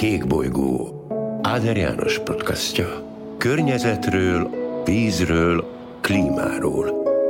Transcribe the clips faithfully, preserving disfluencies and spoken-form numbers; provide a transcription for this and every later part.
Kékbolygó, Áder János podcastja. Környezetről, vízről, klímáról.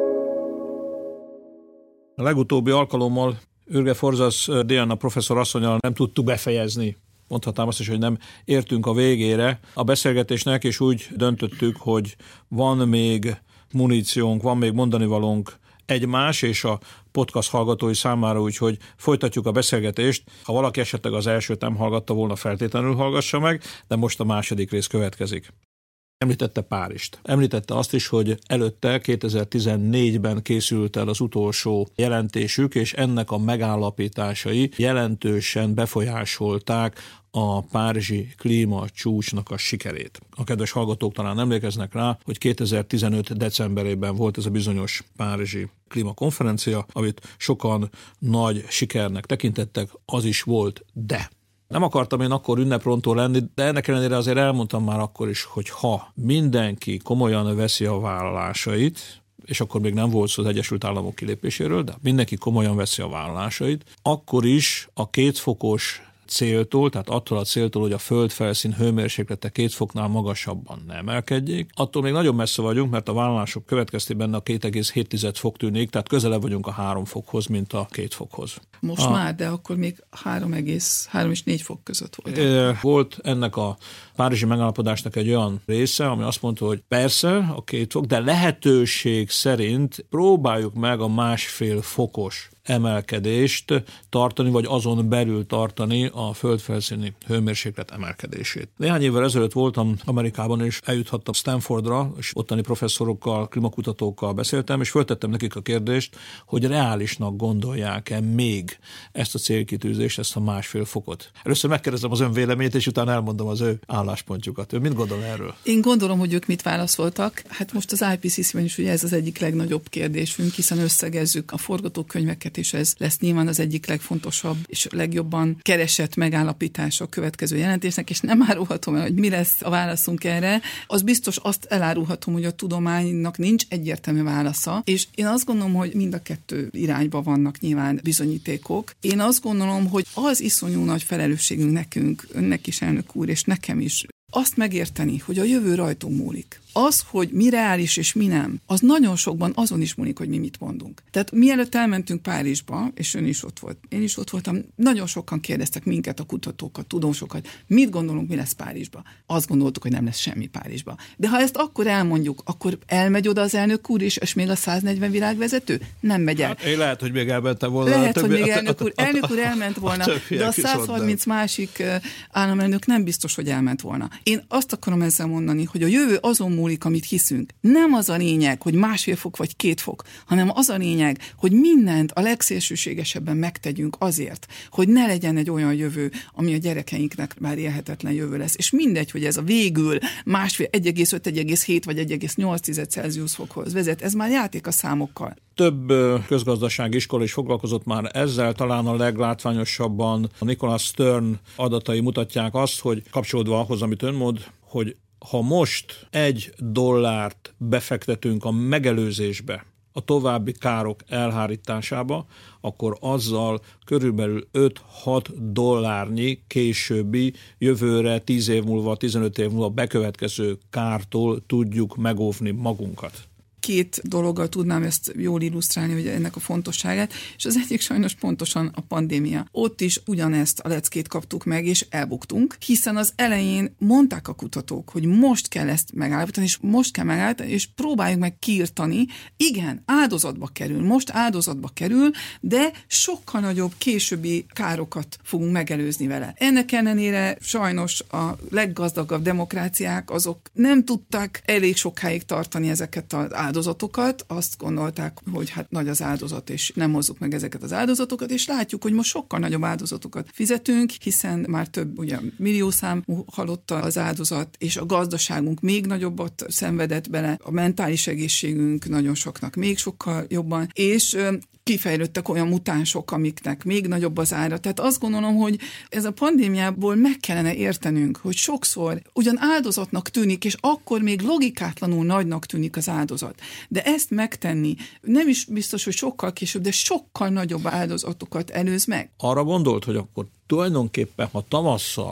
A legutóbbi alkalommal Ürge Forzasz Diana professzor asszonnyal nem tudtuk befejezni. Mondhatnám azt is, hogy nem értünk a végére a beszélgetésnek, és úgy döntöttük, hogy van még muníciónk, van még mondanivalónk egymás és a podcast hallgatói számára, úgyhogy folytatjuk a beszélgetést. Ha valaki esetleg az elsőt nem hallgatta volna, feltétlenül hallgassa meg, de most a második rész következik. Említette Párizst. Említette azt is, hogy előtte kétezer-tizennégyben készült el az utolsó jelentésük, és ennek a megállapításai jelentősen befolyásolták a párizsi klímacsúcsnak a sikerét. A kedves hallgatók talán emlékeznek rá, hogy kétezer-tizenöt decemberében volt ez a bizonyos párizsi klímakonferencia, amit sokan nagy sikernek tekintettek, az is volt, de... Nem akartam én akkor ünneprontó lenni, de ennek ellenére azért elmondtam már akkor is, hogy ha mindenki komolyan veszi a vállalásait, és akkor még nem volt szó az Egyesült Államok kilépéséről, de mindenki komolyan veszi a vállalásait, akkor is a kétfokos céltól, tehát attól a céltól, hogy a földfelszín hőmérséklete két foknál magasabban ne emelkedjék. Attól még nagyon messze vagyunk, mert a vállalások következtében a két egész hét fok tűnik, tehát közelebb vagyunk a három fokhoz, mint a két fokhoz. Most a, már, de akkor még három egész három és négy fok között volt. E, volt ennek a párizsi megállapodásnak egy olyan része, ami azt mondta, hogy persze a két fok, de lehetőség szerint próbáljuk meg a másfél fokos emelkedést tartani, vagy azon belül tartani a földfelszíni hőmérséklet emelkedését. Néhány évvel ezelőtt voltam Amerikában, és eljuthattam Stanfordra, és ottani professzorokkal, klímakutatókkal beszéltem, és föltettem nekik a kérdést, hogy reálisnak gondolják-e még ezt a célkitűzést, ezt a másfél fokot. Először megkérdezem az ön véleményét, és utána elmondom az ő álláspontjukat. Ő mit gondol erről? Én gondolom, hogy ők mit válaszoltak. Hát most az I P C C-ben is ugye ez az egyik legnagyobb kérdésünk, hiszen összegezzük a forgatókönyveket, és ez lesz nyilván az egyik legfontosabb és legjobban keresett megállapítása a következő jelentésnek, és nem árulhatom el, hogy mi lesz a válaszunk erre. Az biztos, azt elárulhatom, hogy a tudománynak nincs egyértelmű válasza, és én azt gondolom, hogy mind a kettő irányba vannak nyilván bizonyítékok. Én azt gondolom, hogy az iszonyú nagy felelősségünk nekünk, önnek is, elnök úr, és nekem is, azt megérteni, hogy a jövő rajtunk múlik. Az, hogy mi reális és mi nem, az nagyon sokban azon is múlik, hogy mi mit mondunk. Tehát mielőtt elmentünk Párizsba, és ön is ott volt, én is ott voltam, nagyon sokan kérdeztek minket, a kutatókat, tudósokat, mit gondolunk, mi lesz Párizsba. Azt gondoltuk, hogy nem lesz semmi Párizsba. De ha ezt akkor elmondjuk, akkor elmegy oda az elnök úr is, és még a száznegyven világvezető? Nem megy el. Hát, én lehet, hogy még elmentem volna. Lehet, többi, hogy még elnök úr, elnök úr elment volna, a de a százharminc másik államelnök nem biztos, hogy elment volna. Én azt akarom ezzel mondani, hogy a jövő azon múlik, amit hiszünk. Nem az a lényeg, hogy másfél fok vagy két fok, hanem az a lényeg, hogy mindent a legszélsőségesebben megtegyünk azért, hogy ne legyen egy olyan jövő, ami a gyerekeinknek már élhetetlen jövő lesz. És mindegy, hogy ez a végül másfél, egy egész öt, egy egész hét vagy egy egész nyolc Celsius fokhoz vezet. Ez már játék a számokkal. Több közgazdasági iskola is foglalkozott már ezzel, talán a leglátványosabban a Nicholas Stern adatai mutatják azt, hogy kapcsolódva ahhoz, amit ön mond, hogy ha most egy dollárt befektetünk a megelőzésbe, a további károk elhárításába, akkor azzal körülbelül öt-hat dollárnyi későbbi, jövőre tíz év múlva, tizenöt év múlva bekövetkező kártól tudjuk megóvni magunkat. Két dologgal tudnám ezt jól illusztrálni, hogy ennek a fontosságát, és az egyik sajnos pontosan a pandémia. Ott is ugyanezt a leckét kaptuk meg, és elbuktunk, hiszen az elején mondták a kutatók, hogy most kell ezt megállapítani, és most kell megállapítani, és próbáljuk meg kiirtani. Igen, áldozatba kerül, most áldozatba kerül, de sokkal nagyobb későbbi károkat fogunk megelőzni vele. Ennek ellenére sajnos a leggazdagabb demokráciák azok nem tudták elég sokáig tartani ezeket az áldozatokat, azt gondolták, hogy hát nagy az áldozat, és nem hozzuk meg ezeket az áldozatokat, és látjuk, hogy most sokkal nagyobb áldozatokat fizetünk, hiszen már több ugye milliószám halotta az áldozat, és a gazdaságunk még nagyobbat szenvedett bele, a mentális egészségünk nagyon soknak még sokkal jobban, és kifejlődtek olyan mutánsok, amiknek még nagyobb az ára. Tehát azt gondolom, hogy ez a pandémiából meg kellene értenünk, hogy sokszor ugyan áldozatnak tűnik, és akkor még logikátlanul nagynak tűnik az áldozat. De ezt megtenni nem is biztos, hogy sokkal később, de sokkal nagyobb áldozatokat előz meg. Arra gondolt, hogy akkor tulajdonképpen, ha tavasszal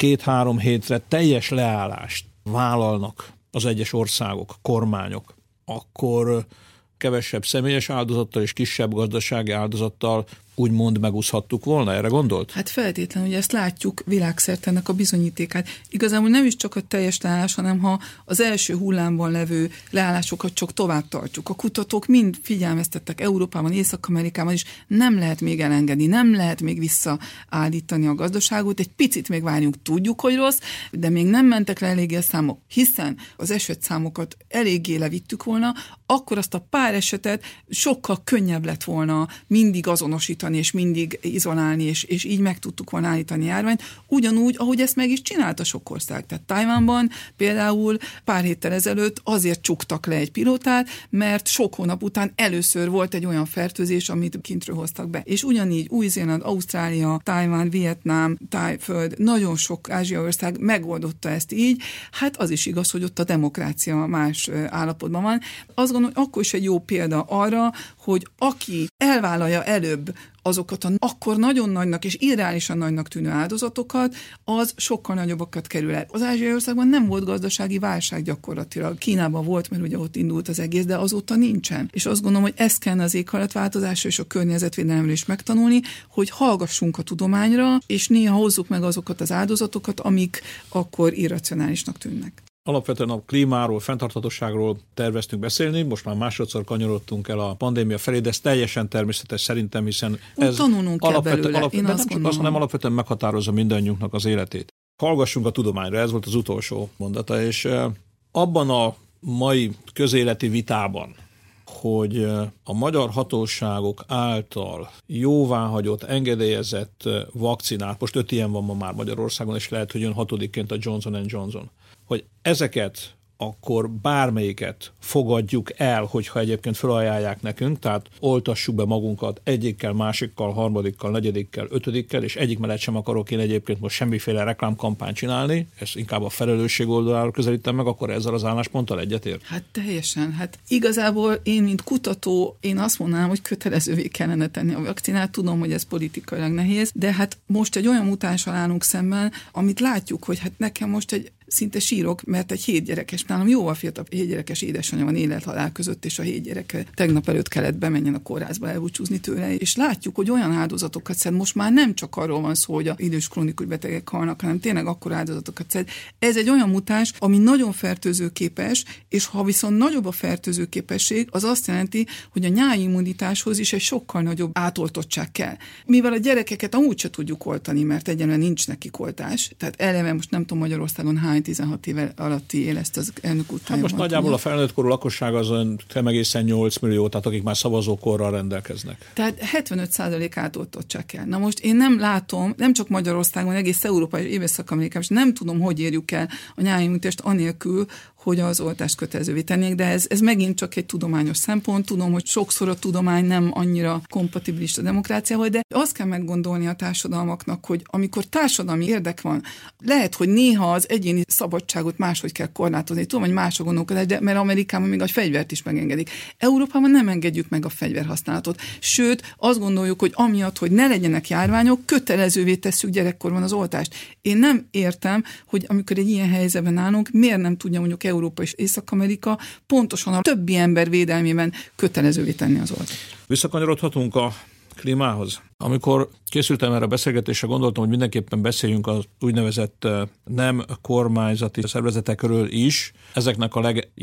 két-három hétre teljes leállást vállalnak az egyes országok, kormányok, akkor kevesebb személyes áldozattal és kisebb gazdasági áldozattal úgymond megúszhattuk volna, erre gondolt? Hát feltétlenül, hogy ezt látjuk világszerte ennek a bizonyítékát. Igazából nem is csak a teljes leállás, hanem ha az első hullámban levő leállásokat csak tovább tartjuk. A kutatók mind figyelmeztettek Európában, Észak-Amerikában is, nem lehet még elengedni, nem lehet még visszaállítani a gazdaságot, egy picit még várjunk, tudjuk, hogy rossz, de még nem mentek le eléggé a számok, hiszen az esetszámokat eléggé levittük volna, akkor azt a pár esetet sokkal könnyebb lett volna mindig azonosítani, és mindig izolálni, és, és így meg tudtuk volna állítani a járványt, ugyanúgy, ahogy ezt meg is csinálta sok ország. Tehát Tajvanban például pár héttel ezelőtt azért csuktak le egy pilótát, mert sok hónap után először volt egy olyan fertőzés, amit kintről hoztak be. És ugyanígy Új-Zéland, Ausztrália, Tajvan, Vietnám, Tájföld, nagyon sok ázsiai ország megoldotta ezt így. Hát az is igaz, hogy ott a demokrácia más állapotban van. Azt gondolom, hogy akkor is egy jó példa arra, hogy aki elvállalja előbb azokat a akkor nagyon nagynak és irreálisan nagynak tűnő áldozatokat, az sokkal nagyobbakat kerül el. Az ázsiai országban nem volt gazdasági válság gyakorlatilag. Kínában volt, mert ugye ott indult az egész, de azóta nincsen. És azt gondolom, hogy ezt kellene az éghajlatváltozásra és a környezetvédelemről is megtanulni, hogy hallgassunk a tudományra, és néha hozzuk meg azokat az áldozatokat, amik akkor irracionálisnak tűnnek. Alapvetően a klímáról, fenntarthatóságról terveztünk beszélni, most már másodszor kanyarodtunk el a pandémia felé, de ez teljesen természetes szerintem, hiszen ez tanulnunk kell belőle, alap, én de azt nem gondolom. csak azt, hanem alapvetően meghatározza mindannyiunknak az életét. Hallgassunk a tudományra, ez volt az utolsó mondata, és abban a mai közéleti vitában, hogy a magyar hatóságok által jóváhagyott, engedélyezett vakcinát, most öt ilyen van ma már Magyarországon, és lehet, hogy jön hatodikként a Johnson and Johnson, hogy ezeket akkor bármelyiket fogadjuk el, hogyha egyébként felajánlják nekünk, tehát oltassuk be magunkat egyikkel, másikkal, harmadikkal, negyedikkel, ötödikkel, és egyik mellett sem akarok én egyébként most semmiféle reklámkampányt csinálni, ezt inkább a felelősség oldaláról közelítem meg, akkor ezzel az állásponttal egyetért? Hát teljesen. Hát igazából én, mint kutató, én azt mondanám, hogy kötelezővé kellene tenni a vakcinát. Tudom, hogy ez politikailag nehéz, de hát most egy olyan mutánssal állunk szemben, amit látjuk, hogy hát nekem most egy szinte sírok, mert egy hét gyerekes, nálam jóval fiatal hét gyerekes édesanyja van élet-halál között, és a hét gyereke tegnap előtt kellett bemenjen a kórházba elbúcsúzni tőle, és látjuk, hogy olyan áldozatokat szed. Most már nem csak arról van szó, hogy a idős krónikus betegek halnak, hanem tényleg akkor áldozatokat szed. Ez egy olyan mutáns, ami nagyon fertőzőképes, és ha viszont nagyobb a fertőzőképesség, az azt jelenti, hogy a nyári immunitáshoz is egy sokkal nagyobb átoltottság kell. Mivel a gyerekeket amúgy se tudjuk oltani, mert egyenlően nincs nekik oltás, tehát eleve most nem tudom Magyarországon hány tizenhat éve alatti él ezt az elnök után. Hát most nagyjából a felnőtt korú lakosság az olyan egészen nyolc millió, tehát akik már szavazókorral rendelkeznek. Tehát hetvenöt százalék átoltottság kell. Na most én nem látom, nem csak Magyarországon, egész Európa és Észak-Amerikában, és nem tudom, hogy érjük el a nyári immunitást anélkül, hogy az oltást kötelezővé tennék, de ez, ez megint csak egy tudományos szempont. Tudom, hogy sokszor a tudomány nem annyira kompatibilis a demokráciával, de azt kell meggondolni a társadalmaknak, hogy amikor társadalmi érdek van, lehet, hogy néha az egyéni szabadságot máshogy kell korlátozni. Tudom, hogy mások gondolkodás, de mert Amerikában még a fegyvert is megengedik. Európában nem engedjük meg a fegyverhasználatot. Sőt, azt gondoljuk, hogy amiatt, hogy ne legyenek járványok, kötelezővé tesszük gyerekkorban az oltást. Én nem értem, hogy amikor egy ilyen helyzetben állunk, miért nem tudja mondjuk Európa és Észak-Amerika pontosan a többi ember védelmében kötelezővé tenni az oltást. Visszakanyarodhatunk a klímához. Amikor készültem erre a beszélgetésre, gondoltam, hogy mindenképpen beszéljünk az úgynevezett nem kormányzati szervezetekről is. Ezeknek a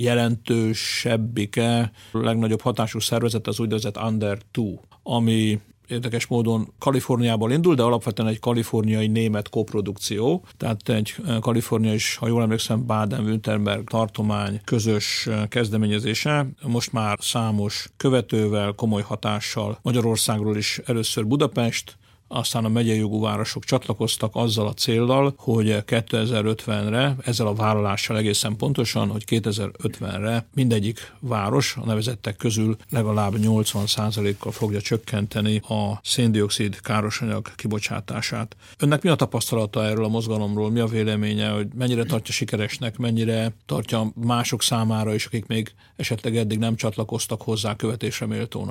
legjelentősebbike, a legnagyobb hatású szervezet az úgynevezett Under kettő, ami érdekes módon Kaliforniából indul, de alapvetően egy kaliforniai német koprodukció, tehát egy Kalifornia és, ha jól emlékszem, Baden-Württemberg tartomány közös kezdeményezése. Most már számos követővel, komoly hatással Magyarországról is először Budapest, aztán a megyei jogú városok csatlakoztak azzal a céllal, hogy kétezer-ötvenre, ezzel a vállalással egészen pontosan, hogy kétezer-ötvenre mindegyik város a nevezettek közül legalább nyolcvan százalékkal fogja csökkenteni a szén-dioxid károsanyag kibocsátását. Önnek mi a tapasztalata erről a mozgalomról? Mi a véleménye, hogy mennyire tartja sikeresnek, mennyire tartja mások számára is, akik még esetleg eddig nem csatlakoztak hozzá, követésre méltónak?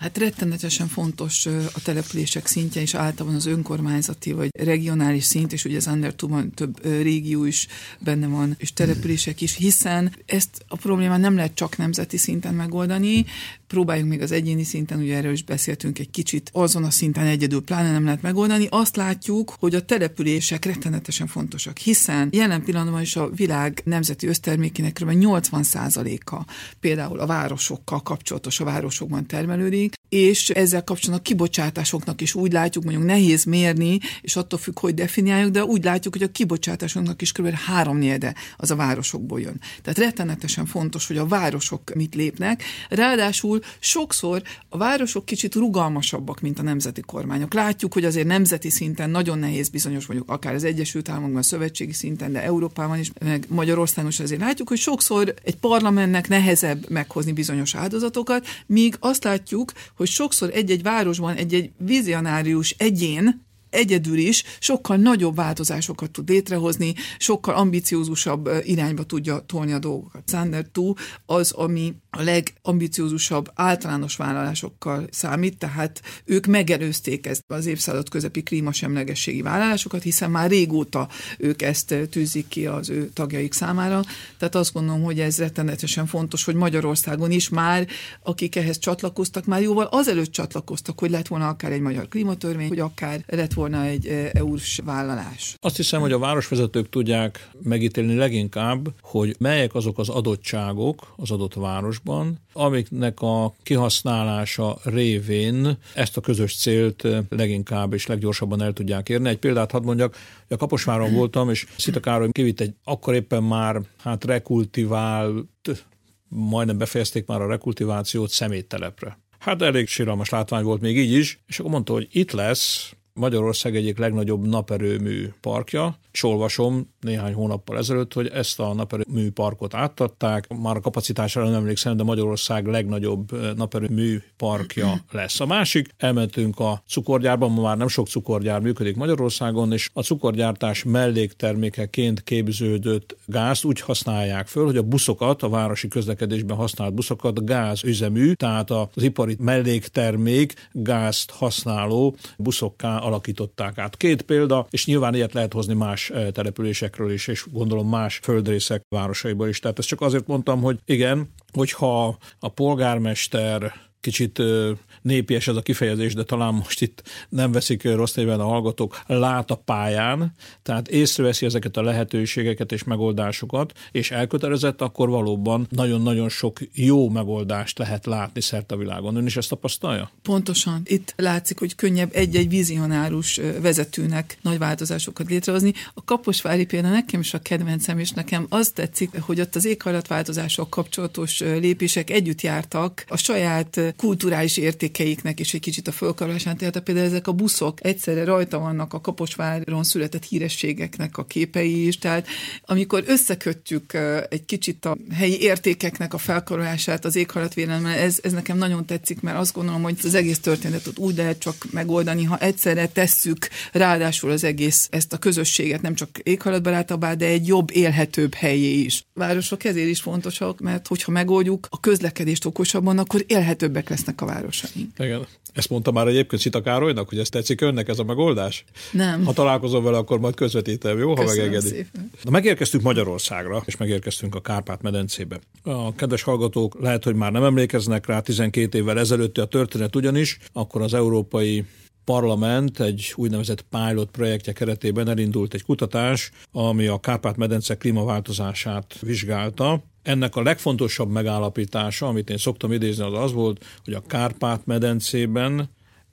Hát rettenetesen fontos a települések szintje, és általában az önkormányzati vagy regionális szint, és ugye az Under two-ban több régió is benne van, és települések is, hiszen ezt a problémát nem lehet csak nemzeti szinten megoldani, próbáljunk még az egyéni szinten, ugye erről is beszéltünk egy kicsit, azon a szinten egyedül pláne nem lehet megoldani. Azt látjuk, hogy a települések rettenetesen fontosak, hiszen jelen pillanatban is a világ nemzeti össztermékének kb. nyolcvan százaléka például a városokkal kapcsolatos, a városokban termelődik, és ezzel kapcsolatban a kibocsátásoknak is úgy látjuk, mondjuk nehéz mérni, és attól függ, hogy definiáljuk, de úgy látjuk, hogy a kibocsátásoknak is kb. háromnegyede az a városokból jön. Tehát rettenetesen fontos, hogy a városok mit lépnek. Ráadásul sokszor a városok kicsit rugalmasabbak, mint a nemzeti kormányok. Látjuk, hogy azért nemzeti szinten nagyon nehéz bizonyos, mondjuk akár az Egyesült Államokban, a szövetségi szinten, de Európában is, meg Magyarországon is azért látjuk, hogy sokszor egy parlamentnek nehezebb meghozni bizonyos áldozatokat, míg azt látjuk, hogy sokszor egy-egy városban egy-egy vizionárius egyén egyedül is sokkal nagyobb változásokat tud létrehozni, sokkal ambiciózusabb irányba tudja tolni a dolgokat. Under two az, ami a legambiciózusabb általános vállalásokkal számít, tehát ők megelőzték ezt az évszázad közepi klímasemlegességi vállalásokat, hiszen már régóta ők ezt tűzik ki az ő tagjaik számára. Tehát azt gondolom, hogy ez rettenetesen fontos, hogy Magyarországon is már, akik ehhez csatlakoztak, már jóval azelőtt csatlakoztak, hogy lett volna akár egy magyar klímatörvény, hogy akár lett volna egy é u-s vállalás. Azt hiszem, hogy a városvezetők tudják megítélni leginkább, hogy melyek azok az adottságok az adott városban, amiknek a kihasználása révén ezt a közös célt leginkább és leggyorsabban el tudják érni. Egy példát hadd mondjak, a Kaposváron voltam, és Szita Károly kivitt egy akkor éppen már hát rekultivált, majdnem befejezték már a rekultivációt szeméttelepre. Hát elég siralmas látvány volt még így is, és akkor mondta, hogy itt lesz Magyarország egyik legnagyobb naperőmű parkja, és olvasom néhány hónappal ezelőtt, hogy ezt a naperőmű parkot átadták, már a kapacitására nem emlékszem, de Magyarország legnagyobb naperőmű parkja lesz. A másik, elmentünk a cukorgyárban, ma már nem sok cukorgyár működik Magyarországon, és a cukorgyártás melléktermékeként képződött gázt úgy használják föl, hogy a buszokat, a városi közlekedésben használt buszokat gázüzemű, tehát az ipari melléktermék gázt használó buszokká alakították át. Két példa, és nyilván ilyet lehet hozni más településekről is, és gondolom más földrészek városaiból is. Tehát ezt csak azért mondtam, hogy igen, hogyha a polgármester kicsit népies ez a kifejezés, de talán most itt nem veszik rossz néven a hallgatók, lát a pályán, tehát észreveszi ezeket a lehetőségeket és megoldásokat, és elkötelezett, akkor valóban nagyon-nagyon sok jó megoldást lehet látni szerte a világon. Ön is ezt tapasztalja? Pontosan. Itt látszik, hogy könnyebb egy-egy vizionárus vezetőnek nagy változásokat létrehozni. A kaposvári példa nekem is a kedvencem, és nekem az tetszik, hogy ott az éghajlatváltozással kapcsolatos lépések együtt jártak a saját kulturális értékeiknek és egy kicsit a fölkarolásán, tehát például ezek a buszok egyszerre rajta vannak a Kaposváron született hírességeknek a képei is, tehát amikor összekötjük egy kicsit a helyi értékeknek a felkarolását az éghajlatvédelemmel, ez, ez nekem nagyon tetszik, mert azt gondolom, hogy az egész történetet úgy lehet csak megoldani, ha egyszerre tesszük ráadásul az egész ezt a közösséget nem csak éghajlatbarátabbá, de egy jobb, élhetőbb helyé is. Városok ezért is fontosak, mert hogyha megoldjuk a közlekedést okosabban, akkor élhetőbbek lesznek a városaink. Igen. Ezt mondta már egyébként Szita Károlynak, hogy ezt tetszik önnek ez a megoldás? Nem. Ha találkozom vele, akkor majd közvetítem, jó? Ha megengedi. Szépen. Na, megérkeztünk Magyarországra, és megérkeztünk a Kárpát-medencébe. A kedves hallgatók lehet, hogy már nem emlékeznek rá, tizenkét évvel ezelőtti a történet ugyanis, akkor az Európai Parlament egy úgynevezett pilot projektje keretében elindult egy kutatás, ami a Kárpát-medence klímaváltozását vizsgálta. Ennek a legfontosabb megállapítása, amit én szoktam idézni, az az volt, hogy a Kárpát-medencében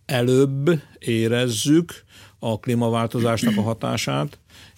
előbb érezzük a klímaváltozásnak a hatását,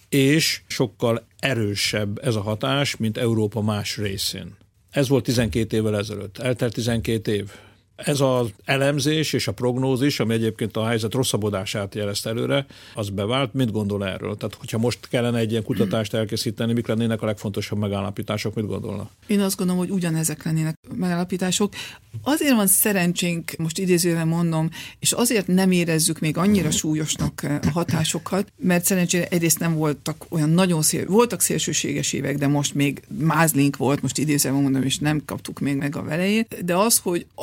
és sokkal erősebb ez a hatás, mint Európa más részén. Ez volt tizenkét évvel ezelőtt. Eltelt tizenkét év. Ez az elemzés és a prognózis, ami egyébként a helyzet rosszabbodását jelezte előre, az bevált. Mit gondol erről? Tehát, hogyha most kellene egy ilyen kutatást elkészíteni, mik lennének a legfontosabb megállapítások, mit gondolna? Én azt gondolom, hogy ugyanezek lennének megállapítások. Azért van szerencsénk, most idézőben mondom, és azért nem érezzük még annyira súlyosnak a hatásokat, mert szerencsére egyrészt nem voltak olyan nagyon szél, voltak szélsőséges évek, de most még mázlink volt, most idézőben mondom, és nem kaptuk még meg a velejét, de az, hogy azok a szél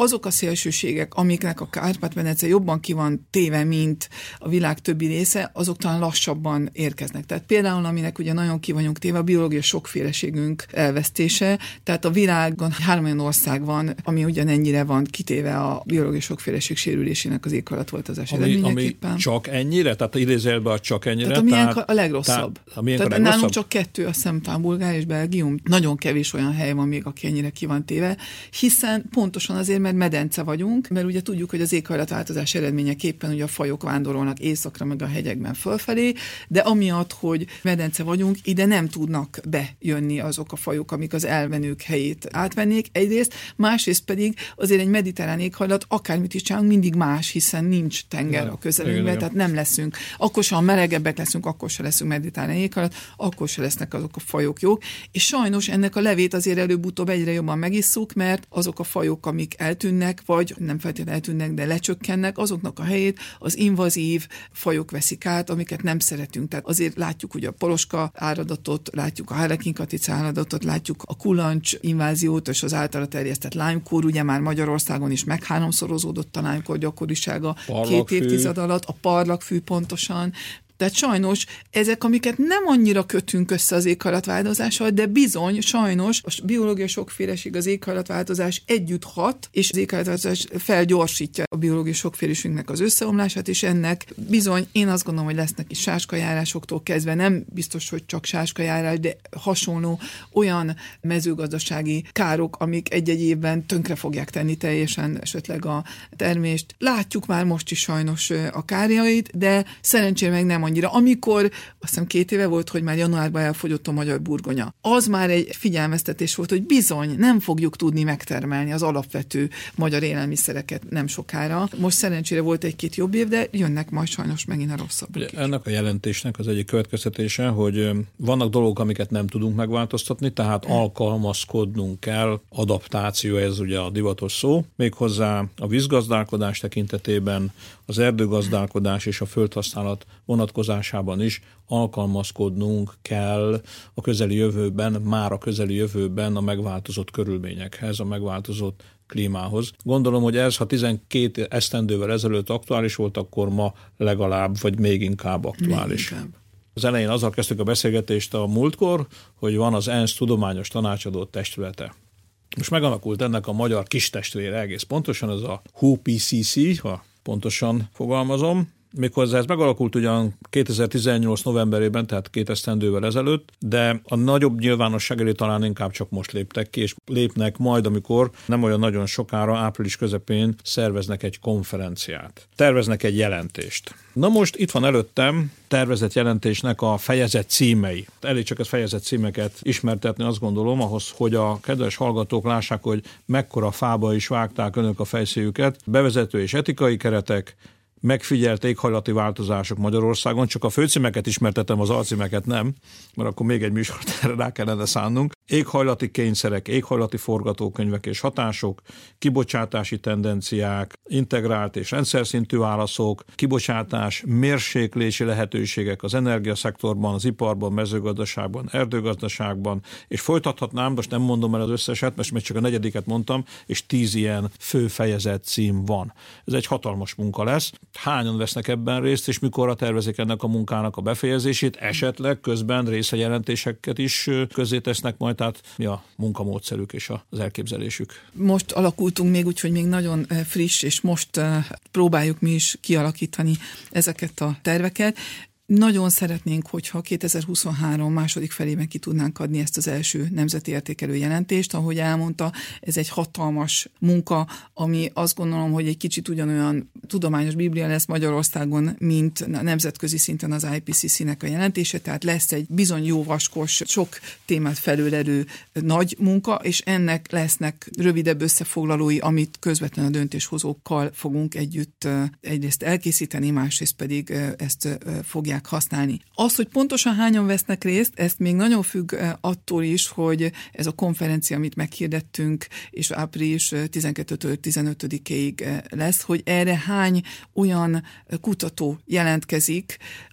szélsőségek, amiknek a Kárpát-medence jobban ki van téve, mint a világ többi része, azok talán lassabban érkeznek. Tehát például, aminek ugye nagyon ki vagyunk téve, a biológiai sokféleségünk elvesztése, tehát a világon három olyan ország van, ami ugyanennyire van kitéve a biológiai sokféleség sérülésének az éghajlatváltozás eredményeképpen. Ami csak ennyire? Tehát idézőjelben a csak ennyire? Tehát a miénk a legrosszabb. Tehát, a miénk tehát a legrosszabb? Nálunk csak kettő, azt hiszem, talán Bulgária és Belgium. Nagyon kevés olyan hely van még, aki ennyire ki van téve, hiszen pontosan azért, mert medence vagyunk, mert ugye tudjuk, hogy az éghajlatváltozás eredményeképpen ugye a fajok vándorolnak északra, meg a hegyekben fölfelé, de amiatt, hogy medence vagyunk, ide nem tudnak bejönni azok a fajok, amik az elmenők helyét átvennék egyrészt, másrészt pedig azért egy mediterrán éghajlat, akármit is csinálunk, mindig más, hiszen nincs tenger a közelünkben, tehát nem leszünk. Akkor sem, ha melegebbek leszünk, akkor se leszünk mediterrán éghajlat, akkor se lesznek azok a fajok jók. És sajnos ennek a levét azért előbb-utóbb egyre jobban megisszuk, mert azok a fajok, amik eltűnnek, vagy nem feltétlenül eltűnnek, de lecsökkennek, azoknak a helyét az invazív fajok veszik át, amiket nem szeretünk. Tehát azért látjuk ugye a poloska áradatot, látjuk a harlequin-katica áradatot, látjuk a kulancs inváziót, és az általa terjesztett lánykór, ugye már Magyarországon is megháromszorozódott a lánykór gyakorisága két évtized alatt, a parlagfű pontosan. Tehát sajnos ezek, amiket nem annyira kötünk össze az éghajlatváltozással, de bizony, sajnos a biológiai sokféleség, az éghajlatváltozás együtt hat, és az éghajlatváltozás felgyorsítja a biológiai sokféleségnek az összeomlását, és ennek bizony, én azt gondolom, hogy lesznek is sáskajárásoktól kezdve, nem biztos, hogy csak sáskajárás, de hasonló olyan mezőgazdasági károk, amik egy-egy évben tönkre fogják tenni teljesen esetleg a termést. Látjuk már most is sajnos a kárjait, de szerencsére meg nem annyira. Amikor, azt hiszem két éve volt, hogy már januárban elfogyott a magyar burgonya. Az már egy figyelmeztetés volt, hogy bizony nem fogjuk tudni megtermelni az alapvető magyar élelmiszereket nem sokára. Most szerencsére volt egy-két jobb év, de jönnek majd sajnos megint a rosszabbak. Ennek a jelentésnek az egyik következtetése, hogy vannak dolgok, amiket nem tudunk megváltoztatni, tehát hmm. alkalmazkodnunk kell, adaptáció, ez ugye a divatos szó, méghozzá a vízgazdálkodás tekintetében, az erdőgazdálkodás és a földhasználat vonatkozásában is alkalmazkodnunk kell a közeli jövőben, már a közeli jövőben a megváltozott körülményekhez, a megváltozott klímához. Gondolom, hogy ez, ha tizenkét esztendővel ezelőtt aktuális volt, akkor ma legalább, vagy még inkább aktuális. Még inkább. Az elején azzal kezdtük a beszélgetést a múltkor, hogy van az ENSZ tudományos tanácsadó testülete. Most megalakult ennek a magyar kistestvére egész pontosan, ez a há pé cé cé, ha pontosan fogalmazom. Méghozzá ez megalakult ugyan kétezer-tizennyolc novemberében, tehát két esztendővel ezelőtt, de a nagyobb nyilvánosság elé talán inkább csak most léptek ki, és lépnek majd, amikor nem olyan nagyon sokára, április közepén szerveznek egy konferenciát. Terveznek egy jelentést. Na most itt van előttem tervezett jelentésnek a fejezet címei. Elég csak a fejezet címeket ismertetni, azt gondolom, ahhoz, hogy a kedves hallgatók lássák, hogy mekkora fába is vágták önök a fejszéjüket. Bevezető és etikai keretek, megfigyelt éghajlati változások Magyarországon, csak a főcímeket ismertetem, az alcímeket nem, mert akkor még egy műsort erre rá kellene szánnunk. Éghajlati kényszerek, éghajlati forgatókönyvek és hatások, kibocsátási tendenciák, integrált és rendszerszintű válaszok, kibocsátás, mérséklési lehetőségek az energiaszektorban, az iparban, mezőgazdaságban, erdőgazdaságban, és folytathatnám, most nem mondom el az összeset, most még csak a negyediket mondtam, és tíz ilyen fő fejezet cím van. Ez egy hatalmas munka lesz. Hányan vesznek ebben részt, és mikorra tervezik ennek a munkának a befejezését, esetleg közben részjelentéseket is közzétesznek majd, tehát mi a munkamódszerük és az elképzelésük? Most alakultunk még úgy, hogy még nagyon friss, és most próbáljuk mi is kialakítani ezeket a terveket. Nagyon szeretnénk, hogyha kétezer-huszonhárom második felében ki tudnánk adni ezt az első nemzeti értékelő jelentést. Ahogy elmondta, ez egy hatalmas munka, ami azt gondolom, hogy egy kicsit ugyanolyan tudományos biblia lesz Magyarországon, mint nemzetközi szinten az i pé cé cé-nek a jelentése, tehát lesz egy bizony jó vaskos, sok témát felülelő nagy munka, és ennek lesznek rövidebb összefoglalói, amit közvetlenül a döntéshozókkal fogunk együtt egyrészt elkészíteni, másrészt pedig ezt fogják használni. Az, hogy pontosan hányan vesznek részt, ezt még nagyon függ attól is, hogy ez a konferencia, amit meghirdettünk, és április tizenkettőtől tizenötödikéig lesz, hogy erre hány olyan kutató jelentkezik,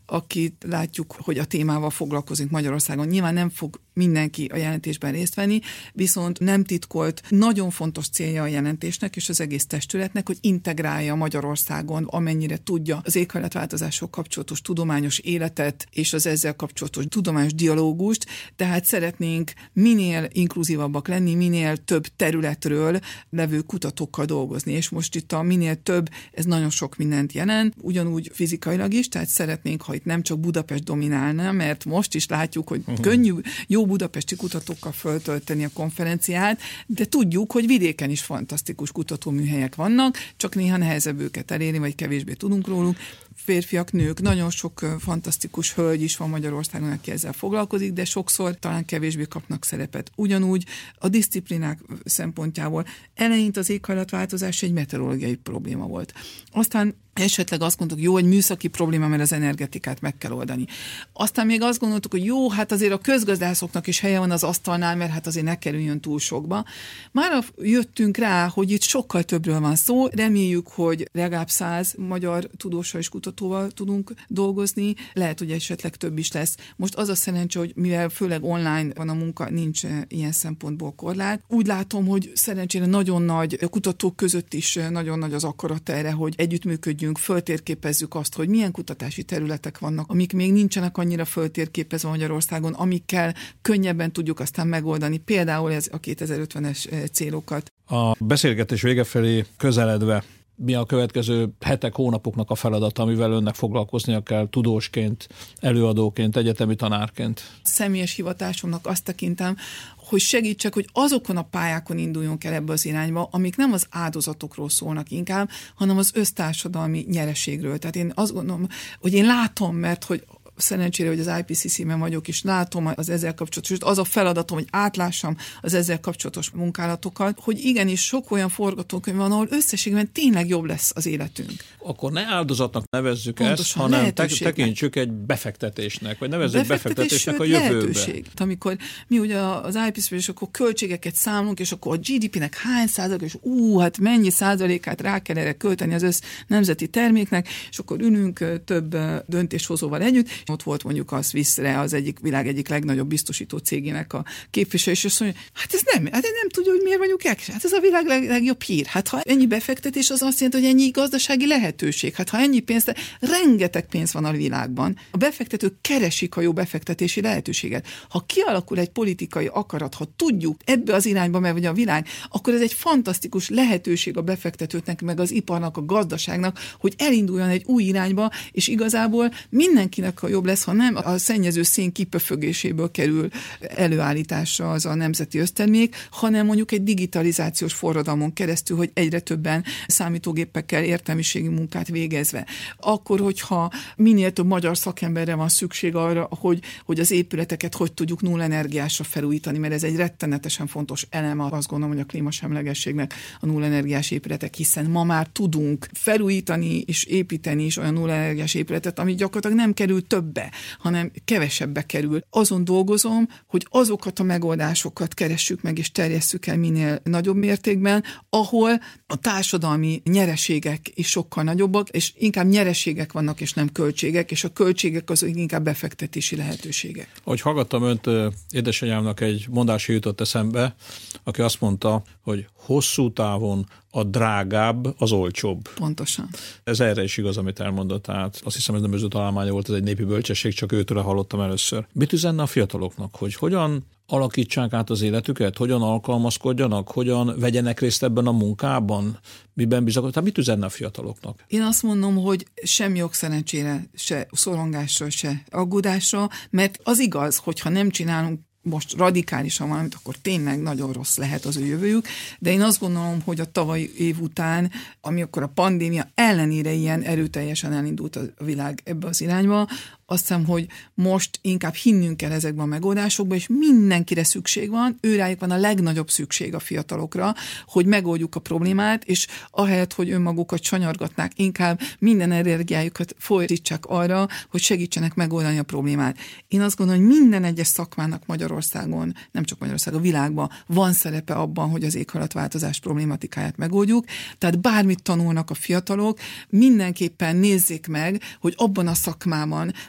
akit látjuk, hogy a témával foglalkozik Magyarországon. Nyilván nem fog mindenki a jelentésben részt venni, viszont nem titkolt, nagyon fontos célja a jelentésnek és az egész testületnek, hogy integrálja Magyarországon, amennyire tudja az éghajlatváltozások kapcsolatos tudományos életet és az ezzel kapcsolatos tudományos dialógust, tehát szeretnénk minél inkluzívabbak lenni, minél több területről levő kutatókkal dolgozni, és most itt a minél több, ez nagyon sok mindent jelent, ugyanúgy fizikailag is, tehát szeretnénk, ha itt nem csak Budapest dominálna, mert most is látjuk, hogy uh-huh. könnyű, jó budapesti kutatókkal föltölteni a konferenciát, de tudjuk, hogy vidéken is fantasztikus kutatóműhelyek vannak, csak néha nehezebb őket elérni, vagy kevésbé tudunk róluk. Férfiak, nők, nagyon sok fantasztikus hölgy is van Magyarországon, aki ezzel foglalkozik, de sokszor talán kevésbé kapnak szerepet. Ugyanúgy a disziplinák szempontjából eleinte az éghajlatváltozás egy meteorológiai probléma volt. Aztán esetleg azt gondoltuk, jó, egy műszaki probléma, mert az energetikát meg kell oldani. Aztán még azt gondoltuk, hogy jó, hát azért a közgazdászoknak is helye van az asztalnál, mert hát azért ne kerüljön túl sokba. Már jöttünk rá, hogy itt sokkal többről van szó, reméljük, hogy legalább száz magyar tudóssal és kutatóval tudunk dolgozni, lehet, hogy esetleg több is lesz. Most az a szerencse, hogy mivel főleg online van a munka, nincs ilyen szempontból korlát. Úgy látom, hogy szerencsére nagyon nagy, a kutatók között is nagyon nagy az akarat erre, hogy együttműködjünk, föltérképezzük azt, hogy milyen kutatási területek vannak, amik még nincsenek annyira föltérképezve Magyarországon, amikkel könnyebben tudjuk aztán megoldani. Például ez a kétezer-ötvenes célokat. A beszélgetés vége felé közeledve mi a következő hetek, hónapoknak a feladata, amivel önnek foglalkoznia kell tudósként, előadóként, egyetemi tanárként? Személyes hivatásomnak azt tekintem, hogy segítsek, hogy azokon a pályákon induljunk el ebbe az irányba, amik nem az áldozatokról szólnak inkább, hanem az össztársadalmi nyereségről. Tehát én azt gondolom, hogy én látom, mert hogy szerencsére, hogy az I P C C-ben vagyok, és látom az ezzel kapcsolatos, az a feladatom, hogy átlássam az ezzel kapcsolatos munkálatokat, hogy igenis sok olyan forgatókönyv van, ahol összességben tényleg jobb lesz az életünk. Akkor ne áldozatnak nevezzük Pontosan, ezt, hanem tekintsük egy befektetésnek, vagy nevezzük befektetésnek a jövőbe. Lehetőség. Amikor mi ugye az I P C C-ben, és akkor költségeket számolunk, és akkor a G D P-nek hány százalék, és ú, hát mennyi százalékát rá kell erre költeni az össz nemzeti terméknek, és akkor ülünk több döntéshozóval együtt. Ott volt mondjuk az Swiss-re, az egyik világ egyik legnagyobb biztosító cégének a képviselő, és azt mondja, hát ez nem, hát nem tudja, hogy miért vagyunk el. Hát ez a világ leg, legjobb hír. Hát ha ennyi befektetés, az azt jelenti, hogy ennyi gazdasági lehetőség. Hát ha ennyi pénzt, rengeteg pénz van a világban. A befektetők keresik a jó befektetési lehetőséget. Ha kialakul egy politikai akarat, ha tudjuk ebbe az irányba megy a világ, akkor ez egy fantasztikus lehetőség a befektetőknek, meg az iparnak, a gazdaságnak, hogy elinduljon egy új irányba, és igazából mindenkinek a jobb lesz, ha nem a szennyező szén kipöfögéséből kerül előállításra az a nemzeti össztermék, hanem mondjuk egy digitalizációs forradalmon keresztül, hogy egyre többen számítógépekkel értelmiségi munkát végezve. Akkor, hogyha minél több magyar szakemberre van szükség arra, hogy, hogy az épületeket hogy tudjuk nulla energiásra felújítani, mert ez egy rettenetesen fontos eleme, azt gondolom, hogy a klímasemlegességnek a nulla energiás épületek, hiszen ma már tudunk felújítani és építeni is olyan nulla energiás épületet, ami gyakorlatilag nem kerül többe, hanem kevesebbe kerül. Azon dolgozom, hogy azokat a megoldásokat keressük meg és terjesszük el minél nagyobb mértékben, ahol a társadalmi nyereségek is sokkal nagyobbak, és inkább nyereségek vannak, és nem költségek, és a költségek azok inkább befektetési lehetőségek. Ahogy hallgattam önt, édesanyámnak egy mondása jutott eszembe, aki azt mondta, hogy hosszú távon a drágább az olcsóbb. Pontosan. Ez erre is igaz, amit elmondott, tehát azt hiszem, ez nem az ő találmánya volt, ez egy népi bölcsesség, csak őtől hallottam először. Mit üzenne a fiataloknak, hogy hogyan alakítsák át az életüket, hogyan alkalmazkodjanak, hogyan vegyenek részt ebben a munkában, miben bizakodnak, tehát mit üzenne a fiataloknak? Én azt mondom, hogy sem jogszerencsére, se szorongásra, se aggódásra, mert az igaz, hogyha nem csinálunk most radikálisan valamit, akkor tényleg nagyon rossz lehet az ő jövőjük, de én azt gondolom, hogy a tavalyi év után, amikor a pandémia ellenére ilyen erőteljesen elindult a világ ebbe az irányba, azt hiszem, hogy most inkább hinnünk kell ezekben a megoldásokban, és mindenkire szükség van, őrájuk van a legnagyobb szükség a fiatalokra, hogy megoldjuk a problémát, és ahelyett, hogy önmagukat sanyargatnák, inkább minden energiájukat fordítsák arra, hogy segítsenek megoldani a problémát. Én azt gondolom, hogy minden egyes szakmának Magyarországon, nem csak Magyarországon, a világban van szerepe abban, hogy az éghajlatváltozás problématikáját megoldjuk, tehát bármit tanulnak a fiatalok, mindenképpen nézzék meg, hogy abban a szakmában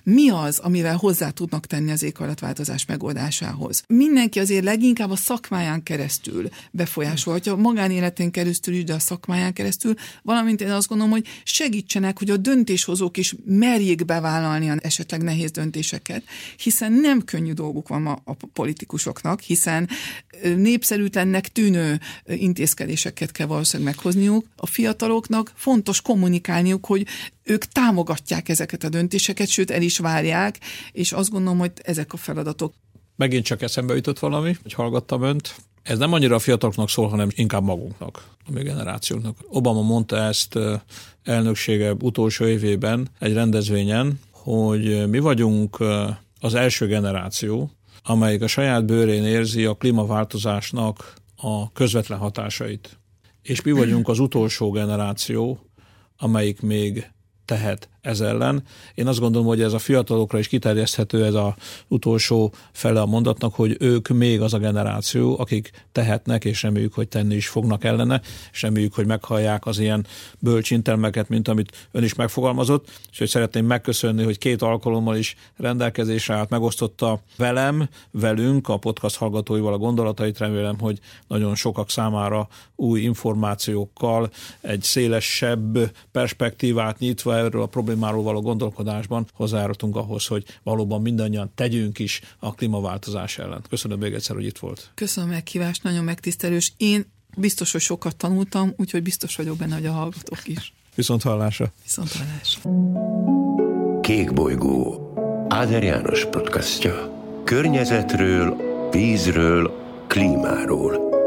mi az, amivel hozzá tudnak tenni az éghajlatváltozás megoldásához. Mindenki azért leginkább a szakmáján keresztül befolyásolhatja, a magánéletén keresztül is, de a szakmáján keresztül, valamint én azt gondolom, hogy segítsenek, hogy a döntéshozók is merjék bevállalni az esetleg nehéz döntéseket, hiszen nem könnyű dolguk van ma a politikusoknak, hiszen népszerűtlennek tűnő intézkedéseket kell valószínűleg meghozniuk. A fiataloknak fontos kommunikálniuk, hogy ők támogatják ezeket a döntéseket, sőt el is várják, és azt gondolom, hogy ezek a feladatok. Megint csak eszembe jutott valami, hogy hallgattam önt. Ez nem annyira a fiataloknak szól, hanem inkább magunknak, a mi generációnknak. Obama mondta ezt elnöksége utolsó évében egy rendezvényen, hogy mi vagyunk az első generáció, amelyik a saját bőrén érzi a klímaváltozásnak a közvetlen hatásait. És mi vagyunk az utolsó generáció, amelyik még tehet ez ellen. Én azt gondolom, hogy ez a fiatalokra is kiterjeszthető, ez az utolsó fele a mondatnak, hogy ők még az a generáció, akik tehetnek, és reméljük, hogy tenni is fognak ellene, és reméljük, hogy meghallják az ilyen bölcsintelmeket, mint amit ön is megfogalmazott, és hogy szeretném megköszönni, hogy két alkalommal is rendelkezésre állt, megosztotta velem, velünk, a podcast hallgatóival a gondolatait. Remélem, hogy nagyon sokak számára új információkkal, egy szélesebb perspektívát nyitva erről a problémáról való gondolkodásban hozzájárultunk ahhoz, hogy valóban mindannyian tegyünk is a klímaváltozás ellen. Köszönöm még egyszer, hogy itt volt. Köszönöm a meghívást, nagyon megtisztelős. Én biztos, hogy sokat tanultam, úgyhogy biztos vagyok benne, hogy a hallgatók is. Viszont hallásra. Viszont hallásra. Kék bolygó. Áder János podcastja. Környezetről, vízről, klímáról.